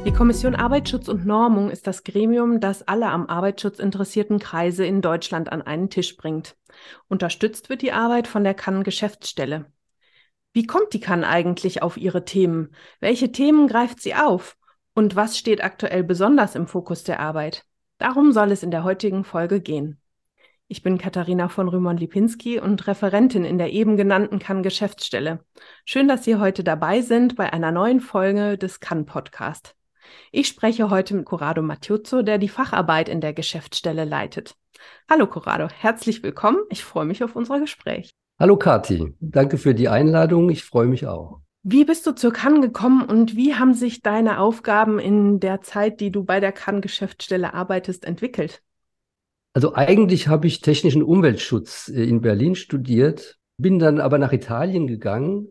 Die Kommission Arbeitsschutz und Normung ist das Gremium, das alle am Arbeitsschutz interessierten Kreise in Deutschland an einen Tisch bringt. Unterstützt wird die Arbeit von der Cannes-Geschäftsstelle. Wie kommt die Cannes eigentlich auf ihre Themen? Welche Themen greift sie auf? Und was steht aktuell besonders im Fokus der Arbeit? Darum soll es in der heutigen Folge gehen. Ich bin Katharina von Rühmann-Lipinski und Referentin in der eben genannten Cannes-Geschäftsstelle. Schön, dass Sie heute dabei sind bei einer neuen Folge des Cannes-Podcast. Ich spreche heute mit Corrado Mattiuzzo, der die Facharbeit in der Geschäftsstelle leitet. Hallo Corrado, herzlich willkommen. Ich freue mich auf unser Gespräch. Hallo Kathi, danke für die Einladung. Ich freue mich auch. Wie bist du zur Cannes gekommen und wie haben sich deine Aufgaben in der Zeit, die du bei der Cannes-Geschäftsstelle arbeitest, entwickelt? Also eigentlich habe ich technischen Umweltschutz in Berlin studiert, bin dann aber nach Italien gegangen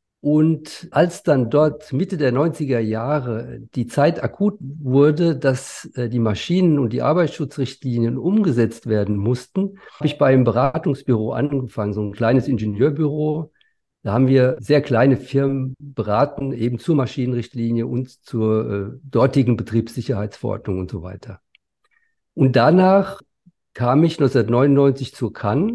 und als dann dort Mitte der 90er Jahre die Zeit akut wurde, dass die Maschinen- und die Arbeitsschutzrichtlinien umgesetzt werden mussten, habe ich bei einem Beratungsbüro angefangen, so ein kleines Ingenieurbüro. Da haben wir sehr kleine Firmen beraten, eben zur Maschinenrichtlinie und zur dortigen Betriebssicherheitsverordnung und so weiter. Und danach kam ich 1999 zur Cannes,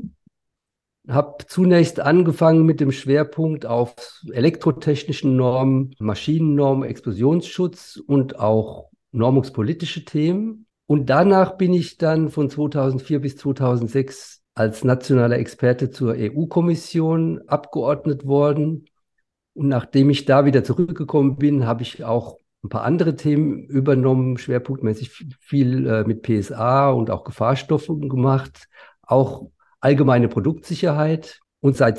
habe zunächst angefangen mit dem Schwerpunkt auf elektrotechnischen Normen, Maschinennormen, Explosionsschutz und auch normungspolitische Themen. Und danach bin ich dann von 2004 bis 2006 als nationaler Experte zur EU-Kommission abgeordnet worden. Und nachdem ich da wieder zurückgekommen bin, habe ich auch ein paar andere Themen übernommen, schwerpunktmäßig viel mit PSA und auch Gefahrstoffen gemacht, auch allgemeine Produktsicherheit. Und seit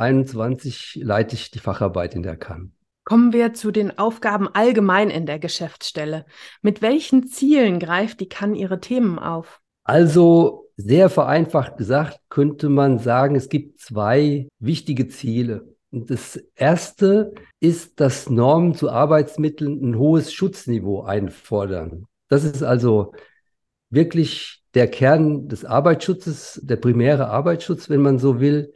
2021 leite ich die Facharbeit in der Cannes. Kommen wir zu den Aufgaben allgemein in der Geschäftsstelle. Mit welchen Zielen greift die Cannes ihre Themen auf? Also sehr vereinfacht gesagt könnte man sagen, es gibt zwei wichtige Ziele. Und das erste ist, dass Normen zu Arbeitsmitteln ein hohes Schutzniveau einfordern. Das ist also wirklich der Kern des Arbeitsschutzes, der primäre Arbeitsschutz, wenn man so will.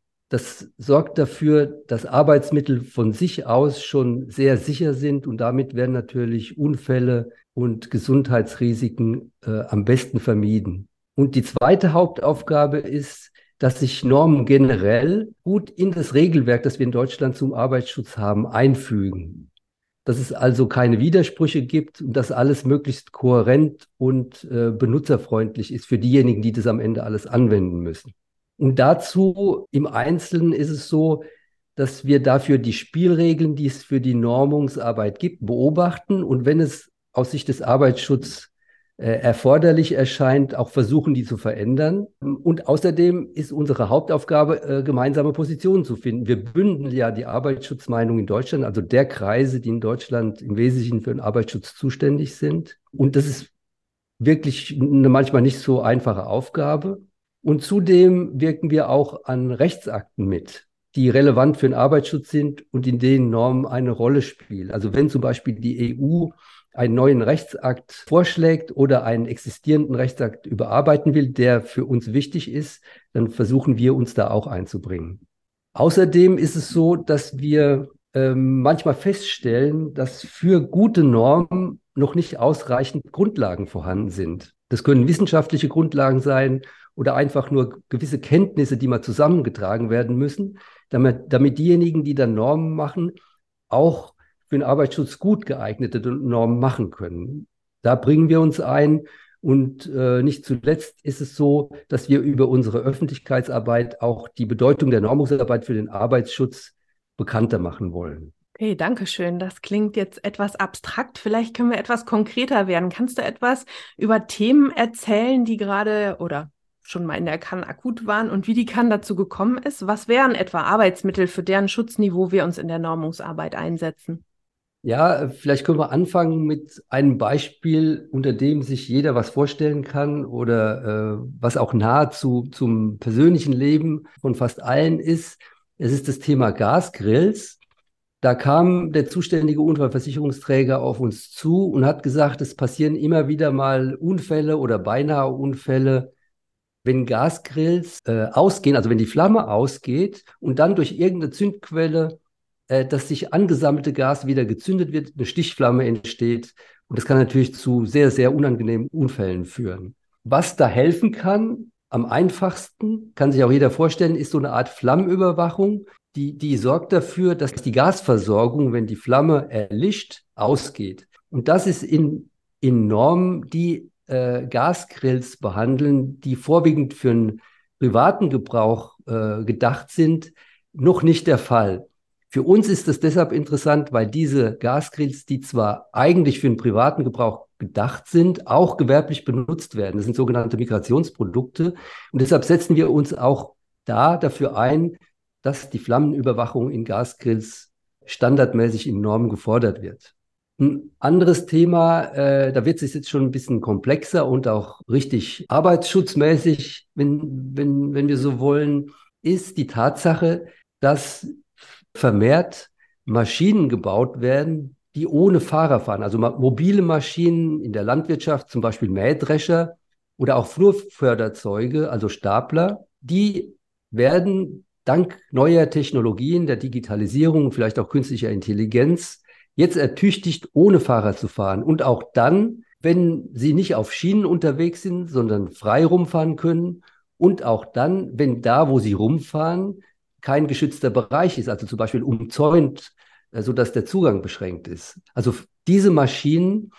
Das sorgt dafür, dass Arbeitsmittel von sich aus schon sehr sicher sind und damit werden natürlich Unfälle und Gesundheitsrisiken am besten vermieden. Und die zweite Hauptaufgabe ist, dass sich Normen generell gut in das Regelwerk, das wir in Deutschland zum Arbeitsschutz haben, einfügen. Dass es also keine Widersprüche gibt und dass alles möglichst kohärent und benutzerfreundlich ist für diejenigen, die das am Ende alles anwenden müssen. Und dazu im Einzelnen ist es so, dass wir dafür die Spielregeln, die es für die Normungsarbeit gibt, beobachten und wenn es aus Sicht des Arbeitsschutzes erforderlich erscheint, auch versuchen, die zu verändern. Und außerdem ist unsere Hauptaufgabe, gemeinsame Positionen zu finden. Wir bündeln ja die Arbeitsschutzmeinung in Deutschland, also der Kreise, die in Deutschland im Wesentlichen für den Arbeitsschutz zuständig sind. Und das ist wirklich eine manchmal nicht so einfache Aufgabe. Und zudem wirken wir auch an Rechtsakten mit, die relevant für den Arbeitsschutz sind und in denen Normen eine Rolle spielen. Also wenn zum Beispiel die EU einen neuen Rechtsakt vorschlägt oder einen existierenden Rechtsakt überarbeiten will, der für uns wichtig ist, dann versuchen wir uns da auch einzubringen. Außerdem ist es so, dass wir manchmal feststellen, dass für gute Normen noch nicht ausreichend Grundlagen vorhanden sind. Das können wissenschaftliche Grundlagen sein oder einfach nur gewisse Kenntnisse, die mal zusammengetragen werden müssen, damit diejenigen, die dann Normen machen, auch für den Arbeitsschutz gut geeignete Normen machen können. Da bringen wir uns ein. Und nicht zuletzt ist es so, dass wir über unsere Öffentlichkeitsarbeit auch die Bedeutung der Normungsarbeit für den Arbeitsschutz bekannter machen wollen. Okay, danke schön. Das klingt jetzt etwas abstrakt. Vielleicht können wir etwas konkreter werden. Kannst du etwas über Themen erzählen, die gerade oder schon mal in der Cannes akut waren und wie die Cannes dazu gekommen ist? Was wären etwa Arbeitsmittel, für deren Schutzniveau wir uns in der Normungsarbeit einsetzen? Ja, vielleicht können wir anfangen mit einem Beispiel, unter dem sich jeder was vorstellen kann oder was auch nahezu zum persönlichen Leben von fast allen ist. Es ist das Thema Gasgrills. Da kam der zuständige Unfallversicherungsträger auf uns zu und hat gesagt, es passieren immer wieder mal Unfälle oder beinahe Unfälle, wenn Gasgrills ausgehen, also wenn die Flamme ausgeht und dann durch irgendeine Zündquelle das sich angesammelte Gas wieder gezündet wird, eine Stichflamme entsteht. Und das kann natürlich zu sehr, sehr unangenehmen Unfällen führen. Was da helfen kann, am einfachsten, kann sich auch jeder vorstellen, ist so eine Art Flammenüberwachung. Die sorgt dafür, dass die Gasversorgung, wenn die Flamme erlischt, ausgeht. Und das ist in Normen, die Gasgrills behandeln, die vorwiegend für einen privaten Gebrauch gedacht sind, noch nicht der Fall. Für uns ist es deshalb interessant, weil diese Gasgrills, die zwar eigentlich für den privaten Gebrauch gedacht sind, auch gewerblich benutzt werden. Das sind sogenannte Migrationsprodukte. Und deshalb setzen wir uns auch dafür ein, dass die Flammenüberwachung in Gasgrills standardmäßig in Normen gefordert wird. Ein anderes Thema, da wird es jetzt schon ein bisschen komplexer und auch richtig arbeitsschutzmäßig, wenn wir so wollen, ist die Tatsache, dass vermehrt Maschinen gebaut werden, die ohne Fahrer fahren. Also mobile Maschinen in der Landwirtschaft, zum Beispiel Mähdrescher oder auch Flurförderzeuge, also Stapler, die werden dank neuer Technologien, der Digitalisierung, vielleicht auch künstlicher Intelligenz, jetzt ertüchtigt, ohne Fahrer zu fahren. Und auch dann, wenn sie nicht auf Schienen unterwegs sind, sondern frei rumfahren können. Und auch dann, wenn da, wo sie rumfahren, kein geschützter Bereich ist, also zum Beispiel umzäunt, sodass der Zugang beschränkt ist. Also diese Maschinen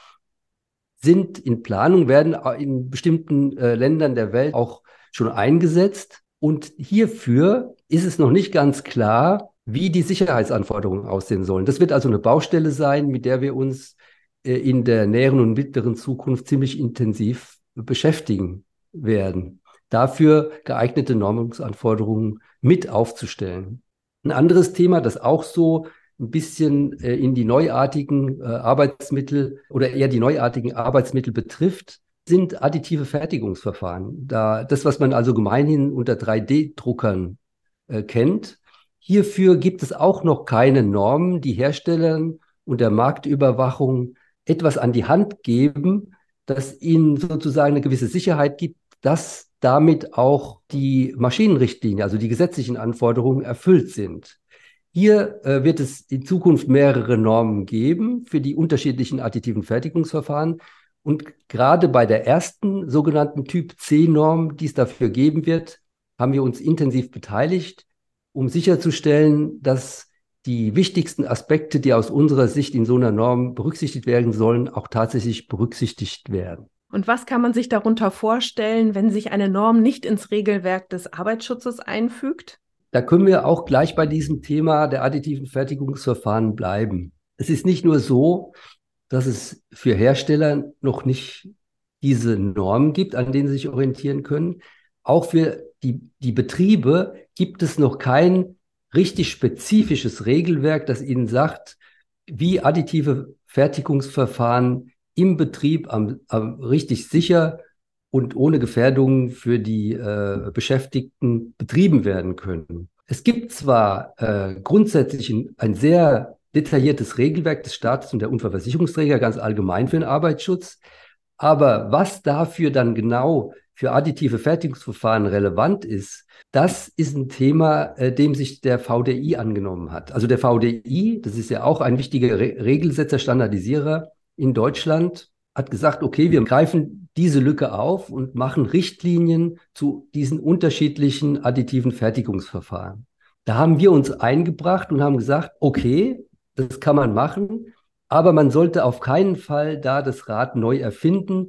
sind in Planung, werden in bestimmten Ländern der Welt auch schon eingesetzt. Und hierfür ist es noch nicht ganz klar, wie die Sicherheitsanforderungen aussehen sollen. Das wird also eine Baustelle sein, mit der wir uns in der näheren und mittleren Zukunft ziemlich intensiv beschäftigen werden. Dafür geeignete Normungsanforderungen mit aufzustellen. Ein anderes Thema, das auch so ein bisschen in die neuartigen Arbeitsmittel oder eher die neuartigen Arbeitsmittel betrifft, sind additive Fertigungsverfahren. Das, was man also gemeinhin unter 3D-Druckern kennt. Hierfür gibt es auch noch keine Normen, die Herstellern und der Marktüberwachung etwas an die Hand geben, das ihnen sozusagen eine gewisse Sicherheit gibt, dass damit auch die Maschinenrichtlinie, also die gesetzlichen Anforderungen erfüllt sind. Hier wird es in Zukunft mehrere Normen geben für die unterschiedlichen additiven Fertigungsverfahren. Und gerade bei der ersten sogenannten Typ C-Norm, die es dafür geben wird, haben wir uns intensiv beteiligt, um sicherzustellen, dass die wichtigsten Aspekte, die aus unserer Sicht in so einer Norm berücksichtigt werden sollen, auch tatsächlich berücksichtigt werden. Und was kann man sich darunter vorstellen, wenn sich eine Norm nicht ins Regelwerk des Arbeitsschutzes einfügt? Da können wir auch gleich bei diesem Thema der additiven Fertigungsverfahren bleiben. Es ist nicht nur so, dass es für Hersteller noch nicht diese Normen gibt, an denen sie sich orientieren können. Auch für die Betriebe gibt es noch kein richtig spezifisches Regelwerk, das ihnen sagt, wie additive Fertigungsverfahren im Betrieb richtig sicher und ohne Gefährdung für die Beschäftigten betrieben werden können. Es gibt zwar grundsätzlich ein sehr detailliertes Regelwerk des Staates und der Unfallversicherungsträger ganz allgemein für den Arbeitsschutz, aber was dafür dann genau für additive Fertigungsverfahren relevant ist, das ist ein Thema, dem sich der VDI angenommen hat. Also der VDI, das ist ja auch ein wichtiger Regelsetzer, Standardisierer in Deutschland, hat gesagt, okay, wir greifen diese Lücke auf und machen Richtlinien zu diesen unterschiedlichen additiven Fertigungsverfahren. Da haben wir uns eingebracht und haben gesagt, okay, das kann man machen, aber man sollte auf keinen Fall da das Rad neu erfinden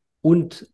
und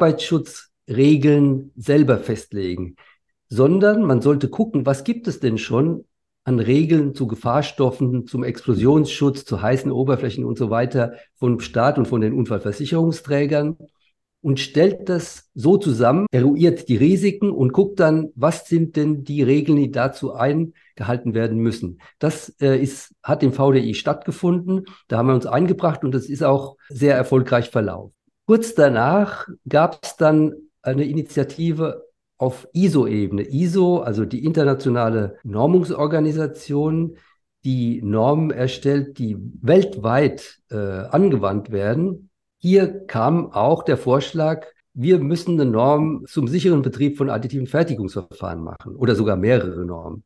Arbeitsschutzregeln selber festlegen, sondern man sollte gucken, was gibt es denn schon an Regeln zu Gefahrstoffen, zum Explosionsschutz, zu heißen Oberflächen und so weiter vom Staat und von den Unfallversicherungsträgern und stellt das so zusammen, eruiert die Risiken und guckt dann, was sind denn die Regeln, die dazu eingehalten werden müssen. Das hat im VDI stattgefunden, da haben wir uns eingebracht und das ist auch sehr erfolgreich verlaufen. Kurz danach gab es dann eine Initiative auf ISO-Ebene. ISO, also die internationale Normungsorganisation, die Normen erstellt, die weltweit angewandt werden. Hier kam auch der Vorschlag, wir müssen eine Norm zum sicheren Betrieb von additiven Fertigungsverfahren machen oder sogar mehrere Normen.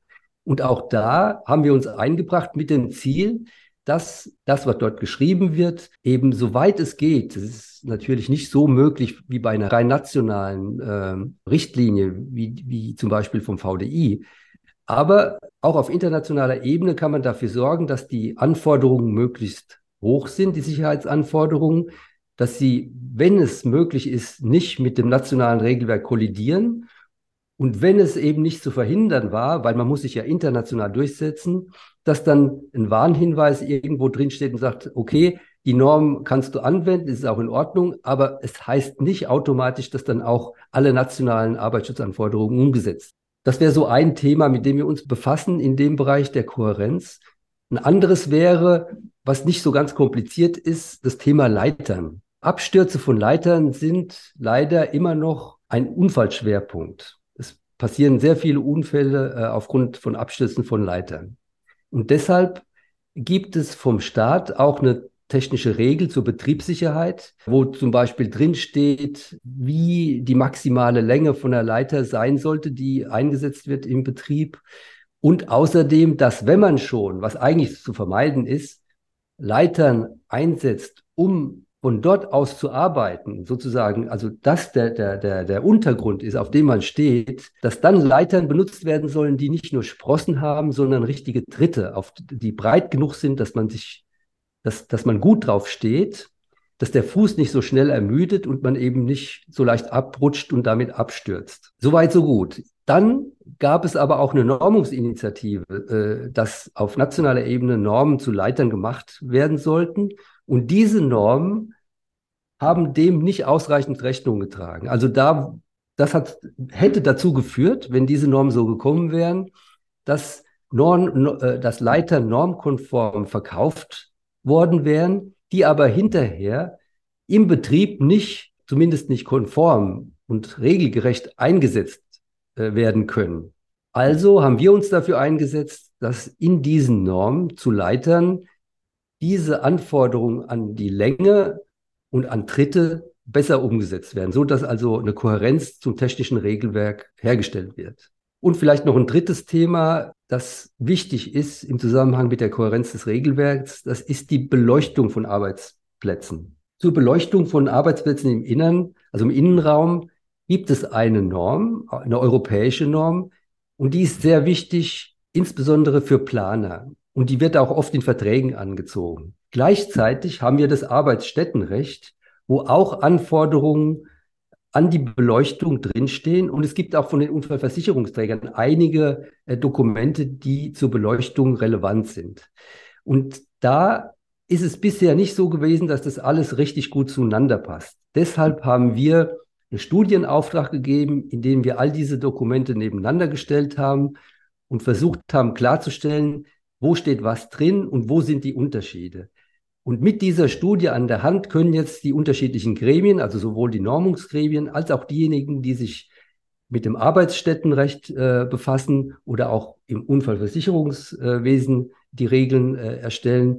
Und auch da haben wir uns eingebracht mit dem Ziel, dass das, was dort geschrieben wird, eben soweit es geht, das ist natürlich nicht so möglich wie bei einer rein nationalen Richtlinie, wie zum Beispiel vom VDI, aber auch auf internationaler Ebene kann man dafür sorgen, dass die Anforderungen möglichst hoch sind, die Sicherheitsanforderungen, dass sie, wenn es möglich ist, nicht mit dem nationalen Regelwerk kollidieren. Und wenn es eben nicht zu verhindern war, weil man muss sich ja international durchsetzen, dass dann ein Warnhinweis irgendwo drinsteht und sagt, okay, die Norm kannst du anwenden, ist auch in Ordnung, aber es heißt nicht automatisch, dass dann auch alle nationalen Arbeitsschutzanforderungen umgesetzt. Das wäre so ein Thema, mit dem wir uns befassen in dem Bereich der Kohärenz. Ein anderes wäre, was nicht so ganz kompliziert ist, das Thema Leitern. Abstürze von Leitern sind leider immer noch ein Unfallschwerpunkt. Es passieren sehr viele Unfälle aufgrund von Abstürzen von Leitern. Und deshalb gibt es vom Staat auch eine technische Regel zur Betriebssicherheit, wo zum Beispiel drin steht, wie die maximale Länge von der Leiter sein sollte, die eingesetzt wird im Betrieb. Und außerdem, dass wenn man schon, was eigentlich zu vermeiden ist, Leitern einsetzt, um von dort aus zu arbeiten, sozusagen, also das der Untergrund ist, auf dem man steht, dass dann Leitern benutzt werden sollen, die nicht nur Sprossen haben, sondern richtige Tritte, die breit genug sind, dass man gut drauf steht, dass der Fuß nicht so schnell ermüdet und man eben nicht so leicht abrutscht und damit abstürzt. Soweit, so gut. Dann gab es aber auch eine Normungsinitiative, dass auf nationaler Ebene Normen zu Leitern gemacht werden sollten. Und diese Normen haben dem nicht ausreichend Rechnung getragen. Also hätte dazu geführt, wenn diese Normen so gekommen wären, dass dass Leitern normkonform verkauft worden wären, die aber hinterher im Betrieb zumindest nicht konform und regelgerecht eingesetzt werden können. Also haben wir uns dafür eingesetzt, dass in diesen Normen zu Leitern diese Anforderungen an die Länge und an Tritte besser umgesetzt werden, so dass also eine Kohärenz zum technischen Regelwerk hergestellt wird. Und vielleicht noch ein drittes Thema, das wichtig ist im Zusammenhang mit der Kohärenz des Regelwerks, das ist die Beleuchtung von Arbeitsplätzen. Zur Beleuchtung von Arbeitsplätzen im Innern, also im Innenraum, gibt es eine Norm, eine europäische Norm, und die ist sehr wichtig, insbesondere für Planer. Und die wird auch oft in Verträgen angezogen. Gleichzeitig haben wir das Arbeitsstättenrecht, wo auch Anforderungen an die Beleuchtung drinstehen. Und es gibt auch von den Unfallversicherungsträgern einige Dokumente, die zur Beleuchtung relevant sind. Und da ist es bisher nicht so gewesen, dass das alles richtig gut zueinander passt. Deshalb haben wir einen Studienauftrag gegeben, in dem wir all diese Dokumente nebeneinander gestellt haben und versucht haben klarzustellen, wo steht was drin und wo sind die Unterschiede. Und mit dieser Studie an der Hand können jetzt die unterschiedlichen Gremien, also sowohl die Normungsgremien als auch diejenigen, die sich mit dem Arbeitsstättenrecht befassen oder auch im Unfallversicherungswesen die Regeln erstellen,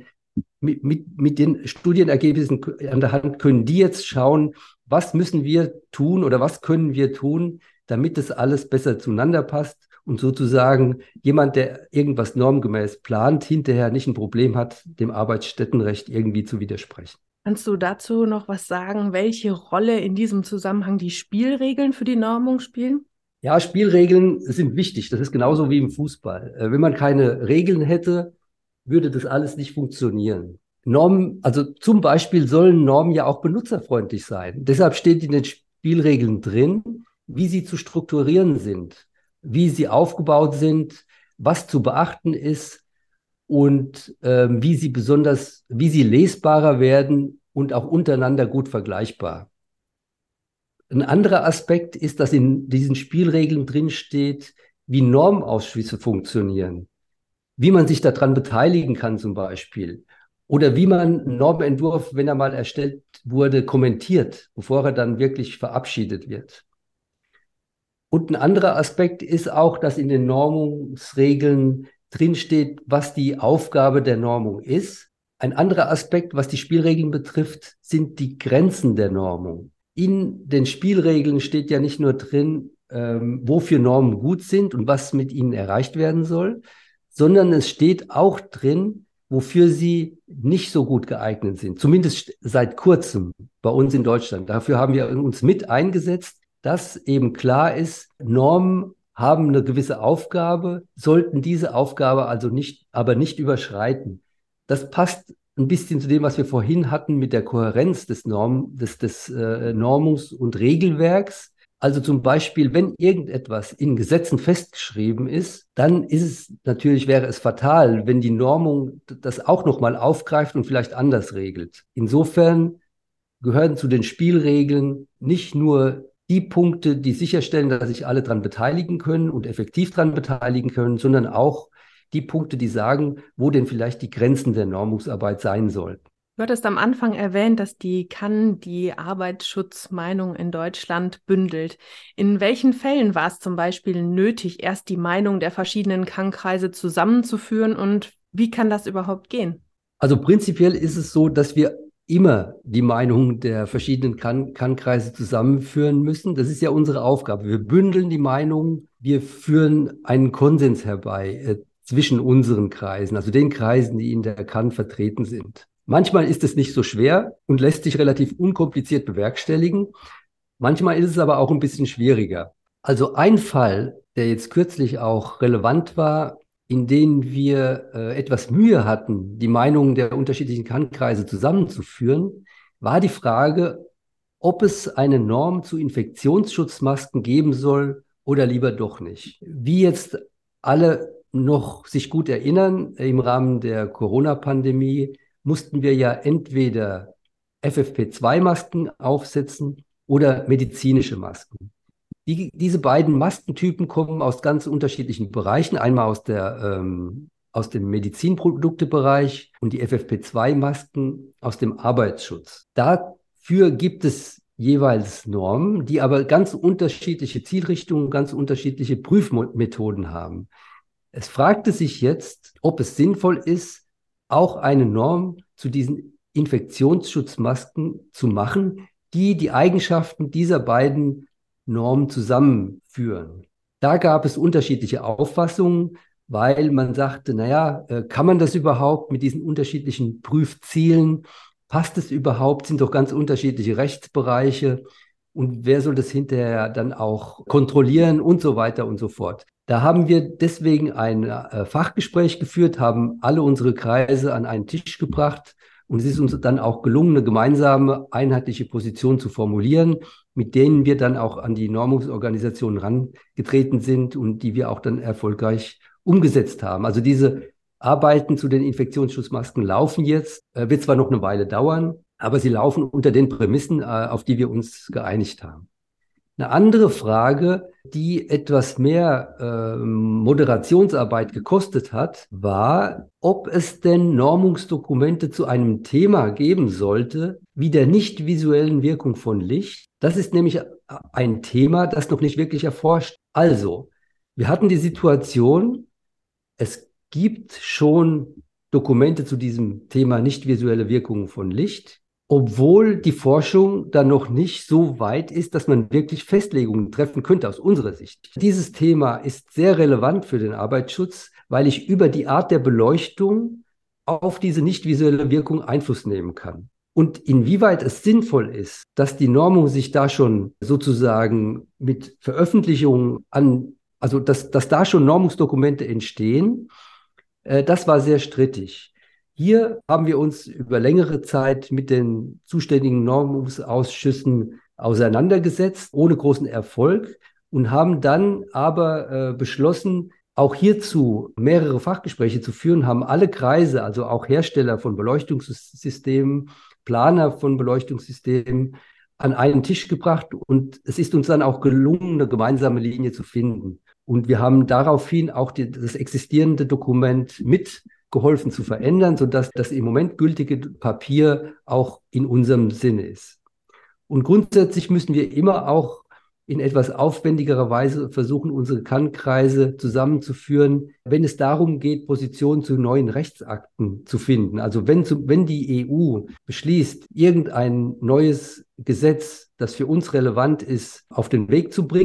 mit den Studienergebnissen an der Hand können die jetzt schauen, was müssen wir tun oder was können wir tun, damit das alles besser zueinander passt und sozusagen jemand, der irgendwas normgemäß plant, hinterher nicht ein Problem hat, dem Arbeitsstättenrecht irgendwie zu widersprechen. Kannst du dazu noch was sagen, welche Rolle in diesem Zusammenhang die Spielregeln für die Normung spielen? Ja, Spielregeln sind wichtig. Das ist genauso wie im Fußball. Wenn man keine Regeln hätte, würde das alles nicht funktionieren. Normen, also zum Beispiel sollen Normen ja auch benutzerfreundlich sein. Deshalb steht in den Spielregeln drin, wie sie zu strukturieren sind, wie sie aufgebaut sind, was zu beachten ist und wie sie lesbarer werden und auch untereinander gut vergleichbar. Ein anderer Aspekt ist, dass in diesen Spielregeln drin steht, wie Normausschüsse funktionieren, wie man sich daran beteiligen kann zum Beispiel oder wie man einen Normentwurf, wenn er mal erstellt wurde, kommentiert, bevor er dann wirklich verabschiedet wird. Und ein anderer Aspekt ist auch, dass in den Normungsregeln drinsteht, was die Aufgabe der Normung ist. Ein anderer Aspekt, was die Spielregeln betrifft, sind die Grenzen der Normung. In den Spielregeln steht ja nicht nur drin, wofür Normen gut sind und was mit ihnen erreicht werden soll, sondern es steht auch drin, wofür sie nicht so gut geeignet sind. Zumindest seit kurzem bei uns in Deutschland. Dafür haben wir uns mit eingesetzt, dass eben klar ist, Normen haben eine gewisse Aufgabe, sollten diese Aufgabe also aber nicht überschreiten. Das passt ein bisschen zu dem, was wir vorhin hatten mit der Kohärenz des Normungs- und Regelwerks. Also zum Beispiel, wenn irgendetwas in Gesetzen festgeschrieben ist, dann wäre es fatal, wenn die Normung das auch nochmal aufgreift und vielleicht anders regelt. Insofern gehören zu den Spielregeln nicht nur die Punkte, die sicherstellen, dass sich alle daran beteiligen können und effektiv daran beteiligen können, sondern auch die Punkte, die sagen, wo denn vielleicht die Grenzen der Normungsarbeit sein sollten. Du hattest am Anfang erwähnt, dass die Kann die Arbeitsschutzmeinung in Deutschland bündelt. In welchen Fällen war es zum Beispiel nötig, erst die Meinung der verschiedenen Kann-Kreise zusammenzuführen und wie kann das überhaupt gehen? Also prinzipiell ist es so, dass wir immer die Meinung der verschiedenen Kann-Kreise zusammenführen müssen. Das ist ja unsere Aufgabe. Wir bündeln die Meinungen, wir führen einen Konsens herbei zwischen unseren Kreisen, also den Kreisen, die in der Kann vertreten sind. Manchmal ist es nicht so schwer und lässt sich relativ unkompliziert bewerkstelligen. Manchmal ist es aber auch ein bisschen schwieriger. Also ein Fall, der jetzt kürzlich auch relevant war, in dem wir etwas Mühe hatten, die Meinungen der unterschiedlichen Kann-Kreise zusammenzuführen, war die Frage, ob es eine Norm zu Infektionsschutzmasken geben soll oder lieber doch nicht. Wie jetzt alle noch sich gut erinnern, im Rahmen der Corona-Pandemie mussten wir ja entweder FFP2-Masken aufsetzen oder medizinische Masken. Diese beiden Maskentypen kommen aus ganz unterschiedlichen Bereichen. Einmal aus dem Medizinproduktebereich und die FFP2-Masken aus dem Arbeitsschutz. Dafür gibt es jeweils Normen, die aber ganz unterschiedliche Zielrichtungen, ganz unterschiedliche Prüfmethoden haben. Es fragte sich jetzt, ob es sinnvoll ist, auch eine Norm zu diesen Infektionsschutzmasken zu machen, die die Eigenschaften dieser beiden Normen zusammenführen. Da gab es unterschiedliche Auffassungen, weil man sagte, naja, kann man das überhaupt mit diesen unterschiedlichen Prüfzielen? Passt es überhaupt? Sind doch ganz unterschiedliche Rechtsbereiche. Und wer soll das hinterher dann auch kontrollieren und so weiter und so fort. Da haben wir deswegen ein Fachgespräch geführt, haben alle unsere Kreise an einen Tisch gebracht und es ist uns dann auch gelungen, eine gemeinsame, einheitliche Position zu formulieren, mit denen wir dann auch an die Normungsorganisationen herangetreten sind und die wir auch dann erfolgreich umgesetzt haben. Also diese Arbeiten zu den Infektionsschutzmasken laufen jetzt, wird zwar noch eine Weile dauern, aber sie laufen unter den Prämissen, auf die wir uns geeinigt haben. Eine andere Frage, die etwas mehr Moderationsarbeit gekostet hat, war, ob es denn Normungsdokumente zu einem Thema geben sollte, wie der nicht visuellen Wirkung von Licht. Das ist nämlich ein Thema, das noch nicht wirklich erforscht. Also, wir hatten die Situation, es gibt schon Dokumente zu diesem Thema nicht visuelle Wirkungen von Licht, obwohl die Forschung dann noch nicht so weit ist, dass man wirklich Festlegungen treffen könnte aus unserer Sicht. Dieses Thema ist sehr relevant für den Arbeitsschutz, weil ich über die Art der Beleuchtung auf diese nicht visuelle Wirkung Einfluss nehmen kann. Und inwieweit es sinnvoll ist, dass die Normung sich da schon sozusagen mit Veröffentlichungen also dass da schon Normungsdokumente entstehen, das war sehr strittig. Hier haben wir uns über längere Zeit mit den zuständigen Normungsausschüssen auseinandergesetzt, ohne großen Erfolg, und haben dann aber beschlossen, auch hierzu mehrere Fachgespräche zu führen, haben alle Kreise, also auch Hersteller von Beleuchtungssystemen, Planer von Beleuchtungssystemen, an einen Tisch gebracht, und es ist uns dann auch gelungen, eine gemeinsame Linie zu finden. Und wir haben daraufhin auch das existierende Dokument mitgeholfen zu verändern, sodass das im Moment gültige Papier auch in unserem Sinne ist. Und grundsätzlich müssen wir immer auch in etwas aufwendigerer Weise versuchen, unsere Kann-Kreise zusammenzuführen, wenn es darum geht, Positionen zu neuen Rechtsakten zu finden. Also wenn die EU beschließt, irgendein neues Gesetz, das für uns relevant ist, auf den Weg zu bringen,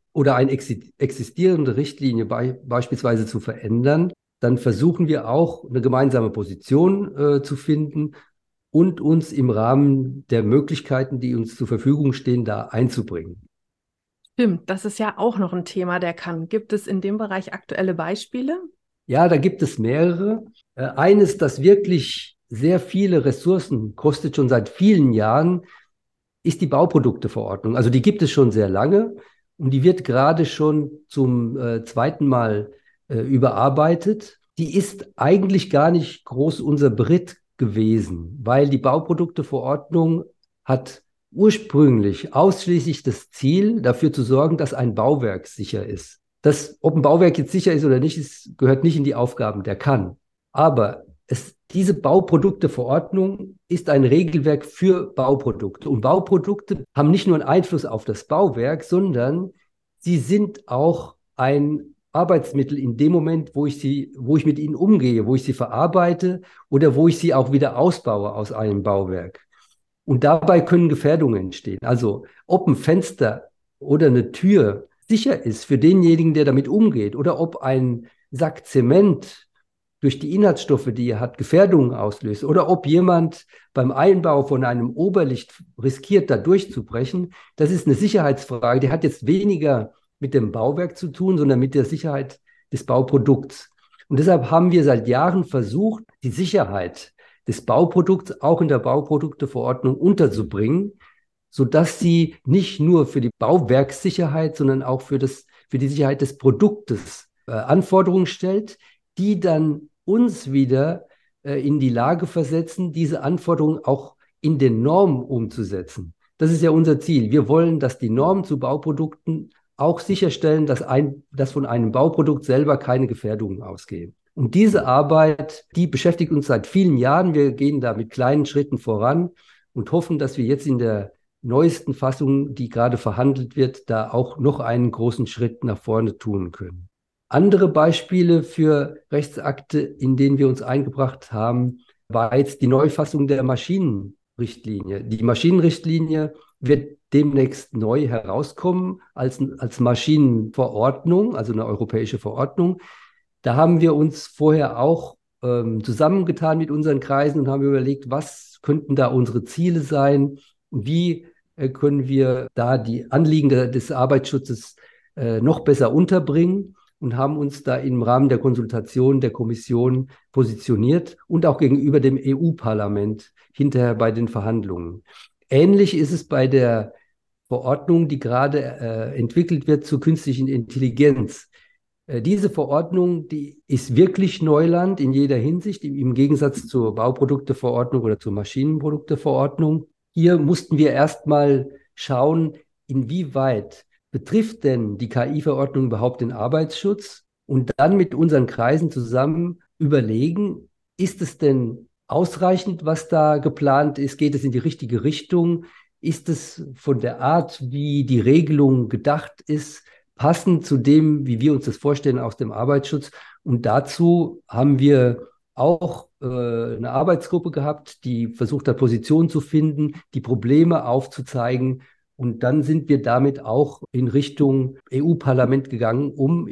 oder eine existierende Richtlinie beispielsweise zu verändern, dann versuchen wir auch eine gemeinsame Position zu finden und uns im Rahmen der Möglichkeiten, die uns zur Verfügung stehen, da einzubringen. Stimmt, das ist ja auch noch ein Thema der Kann. Gibt es in dem Bereich aktuelle Beispiele? Ja, da gibt es mehrere. Eines, das wirklich sehr viele Ressourcen kostet, schon seit vielen Jahren, ist die Bauprodukteverordnung. Also die gibt es schon sehr lange und die wird gerade schon zum zweiten Mal überarbeitet. Die ist eigentlich gar nicht groß unser Beritt gewesen, weil die Bauprodukteverordnung hat ursprünglich ausschließlich das Ziel, dafür zu sorgen, dass ein Bauwerk sicher ist. Ob ein Bauwerk jetzt sicher ist oder nicht, gehört nicht in die Aufgaben der Kann. Aber diese Bauprodukteverordnung ist ein Regelwerk für Bauprodukte. Und Bauprodukte haben nicht nur einen Einfluss auf das Bauwerk, sondern sie sind auch ein Arbeitsmittel in dem Moment, wo ich mit ihnen umgehe, wo ich sie verarbeite oder wo ich sie auch wieder ausbaue aus einem Bauwerk. Und dabei können Gefährdungen entstehen. Also ob ein Fenster oder eine Tür sicher ist für denjenigen, der damit umgeht, oder ob ein Sack Zement durch die Inhaltsstoffe, die er hat, Gefährdungen auslöst, oder ob jemand beim Einbau von einem Oberlicht riskiert, da durchzubrechen, das ist eine Sicherheitsfrage. Die hat jetzt weniger mit dem Bauwerk zu tun, sondern mit der Sicherheit des Bauprodukts. Und deshalb haben wir seit Jahren versucht, die Sicherheit des Bauprodukts auch in der Bauprodukteverordnung unterzubringen, sodass sie nicht nur für die Bauwerkssicherheit, sondern auch für die Sicherheit des Produktes Anforderungen stellt, die dann uns wieder in die Lage versetzen, diese Anforderungen auch in den Normen umzusetzen. Das ist ja unser Ziel. Wir wollen, dass die Normen zu Bauprodukten auch sicherstellen, dass von einem Bauprodukt selber keine Gefährdungen ausgehen. Und diese Arbeit, die beschäftigt uns seit vielen Jahren. Wir gehen da mit kleinen Schritten voran und hoffen, dass wir jetzt in der neuesten Fassung, die gerade verhandelt wird, da auch noch einen großen Schritt nach vorne tun können. Andere Beispiele für Rechtsakte, in denen wir uns eingebracht haben, war jetzt die Neufassung der Maschinenrichtlinie. Die Maschinenrichtlinie wird demnächst neu herauskommen als Maschinenverordnung, also eine europäische Verordnung. Da haben wir uns vorher auch zusammengetan mit unseren Kreisen und haben überlegt, was könnten da unsere Ziele sein und wie können wir da die Anliegen des Arbeitsschutzes noch besser unterbringen und haben uns da im Rahmen der Konsultation der Kommission positioniert und auch gegenüber dem EU-Parlament hinterher bei den Verhandlungen. Ähnlich ist es bei der Verordnung, die gerade entwickelt wird zur künstlichen Intelligenz. Diese Verordnung, die ist wirklich Neuland in jeder Hinsicht, im Gegensatz zur Bauprodukteverordnung oder zur Maschinenprodukteverordnung. Hier mussten wir erstmal schauen, inwieweit betrifft denn die KI-Verordnung überhaupt den Arbeitsschutz und dann mit unseren Kreisen zusammen überlegen, ist es denn ausreichend, was da geplant ist? Geht es in die richtige Richtung? Ist es von der Art, wie die Regelung gedacht ist, passend zu dem, wie wir uns das vorstellen aus dem Arbeitsschutz? Und dazu haben wir auch eine Arbeitsgruppe gehabt, die versucht hat, Positionen zu finden, die Probleme aufzuzeigen. Und dann sind wir damit auch in Richtung EU-Parlament gegangen, um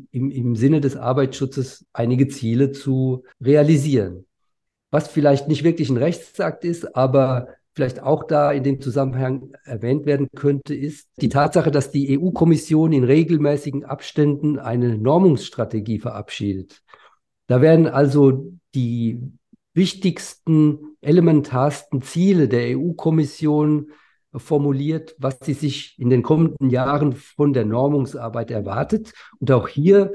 im Sinne des Arbeitsschutzes einige Ziele zu realisieren. Was vielleicht nicht wirklich ein Rechtsakt ist, aber vielleicht auch da in dem Zusammenhang erwähnt werden könnte, ist die Tatsache, dass die EU-Kommission in regelmäßigen Abständen eine Normungsstrategie verabschiedet. Da werden also die wichtigsten, elementarsten Ziele der EU-Kommission formuliert, was sie sich in den kommenden Jahren von der Normungsarbeit erwartet. Und auch hier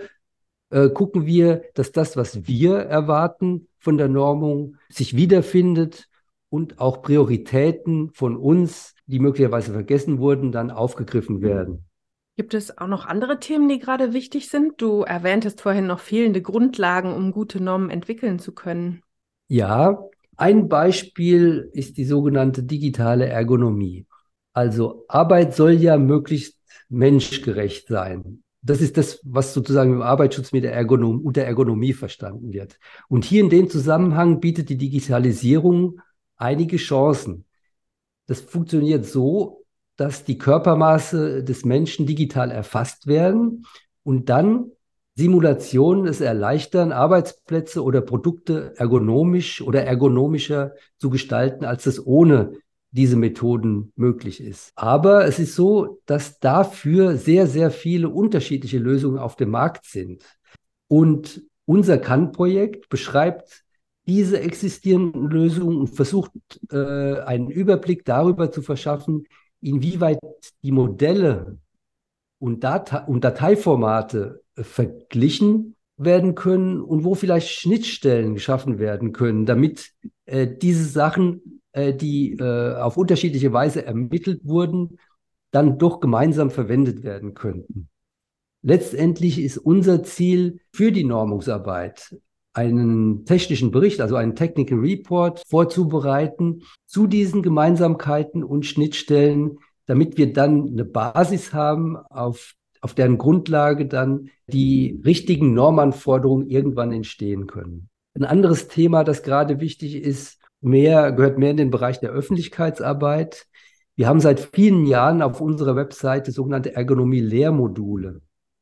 gucken wir, dass das, was wir erwarten von der Normung, sich wiederfindet und auch Prioritäten von uns, die möglicherweise vergessen wurden, dann aufgegriffen werden. Gibt es auch noch andere Themen, die gerade wichtig sind? Du erwähntest vorhin noch fehlende Grundlagen, um gute Normen entwickeln zu können. Ja, ein Beispiel ist die sogenannte digitale Ergonomie. Also Arbeit soll ja möglichst menschgerecht sein. Das ist das, was sozusagen im Arbeitsschutz mit der unter Ergonomie verstanden wird. Und hier in dem Zusammenhang bietet die Digitalisierung einige Chancen. Das funktioniert so, dass die Körpermaße des Menschen digital erfasst werden und dann Simulationen es erleichtern, Arbeitsplätze oder Produkte ergonomisch oder ergonomischer zu gestalten, als es ohne diese Methoden möglich ist. Aber es ist so, dass dafür sehr, sehr viele unterschiedliche Lösungen auf dem Markt sind. Und unser CAN-Projekt beschreibt diese existierenden Lösungen und versucht, einen Überblick darüber zu verschaffen, inwieweit die Modelle und Dateiformate verglichen werden können und wo vielleicht Schnittstellen geschaffen werden können, damit diese Sachen, die auf unterschiedliche Weise ermittelt wurden, dann doch gemeinsam verwendet werden könnten. Letztendlich ist unser Ziel für die Normungsarbeit, einen technischen Bericht, also einen Technical Report vorzubereiten zu diesen Gemeinsamkeiten und Schnittstellen, damit wir dann eine Basis haben, auf deren Grundlage dann die richtigen Normanforderungen irgendwann entstehen können. Ein anderes Thema, das gerade wichtig ist, gehört mehr in den Bereich der Öffentlichkeitsarbeit. Wir haben seit vielen Jahren auf unserer Webseite sogenannte Ergonomie-Lehrmodule.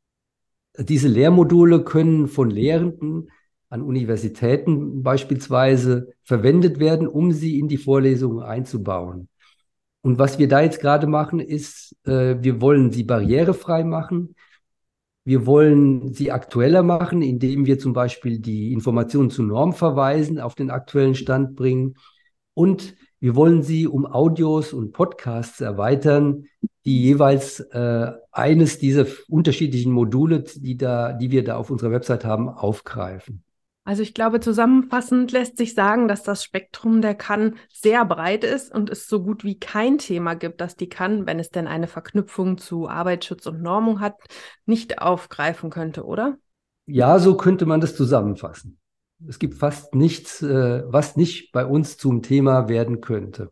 Diese Lehrmodule können von Lehrenden an Universitäten beispielsweise verwendet werden, um sie in die Vorlesungen einzubauen. Und was wir da jetzt gerade machen, ist, wir wollen sie barrierefrei machen. Wir wollen sie aktueller machen, indem wir zum Beispiel die Informationen zu Normverweisen auf den aktuellen Stand bringen. Und wir wollen sie um Audios und Podcasts erweitern, die jeweils eines dieser unterschiedlichen Module, die wir da auf unserer Website haben, aufgreifen. Also ich glaube, zusammenfassend lässt sich sagen, dass das Spektrum der CAN sehr breit ist und es so gut wie kein Thema gibt, das die CAN, wenn es denn eine Verknüpfung zu Arbeitsschutz und Normung hat, nicht aufgreifen könnte, oder? Ja, so könnte man das zusammenfassen. Es gibt fast nichts, was nicht bei uns zum Thema werden könnte.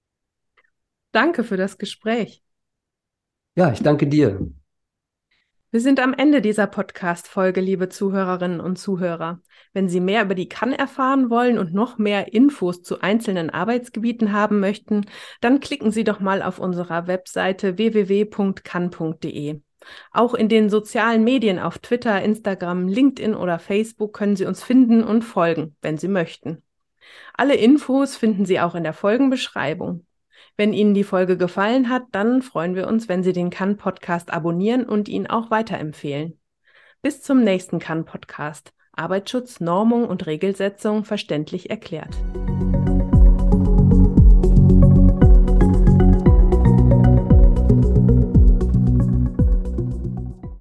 Danke für das Gespräch. Ja, ich danke dir. Wir sind am Ende dieser Podcast-Folge, liebe Zuhörerinnen und Zuhörer. Wenn Sie mehr über die CAN erfahren wollen und noch mehr Infos zu einzelnen Arbeitsgebieten haben möchten, dann klicken Sie doch mal auf unserer Webseite www.can.de. Auch in den sozialen Medien auf Twitter, Instagram, LinkedIn oder Facebook können Sie uns finden und folgen, wenn Sie möchten. Alle Infos finden Sie auch in der Folgenbeschreibung. Wenn Ihnen die Folge gefallen hat, dann freuen wir uns, wenn Sie den CAN-Podcast abonnieren und ihn auch weiterempfehlen. Bis zum nächsten CAN-Podcast. Arbeitsschutz, Normung und Regelsetzung verständlich erklärt.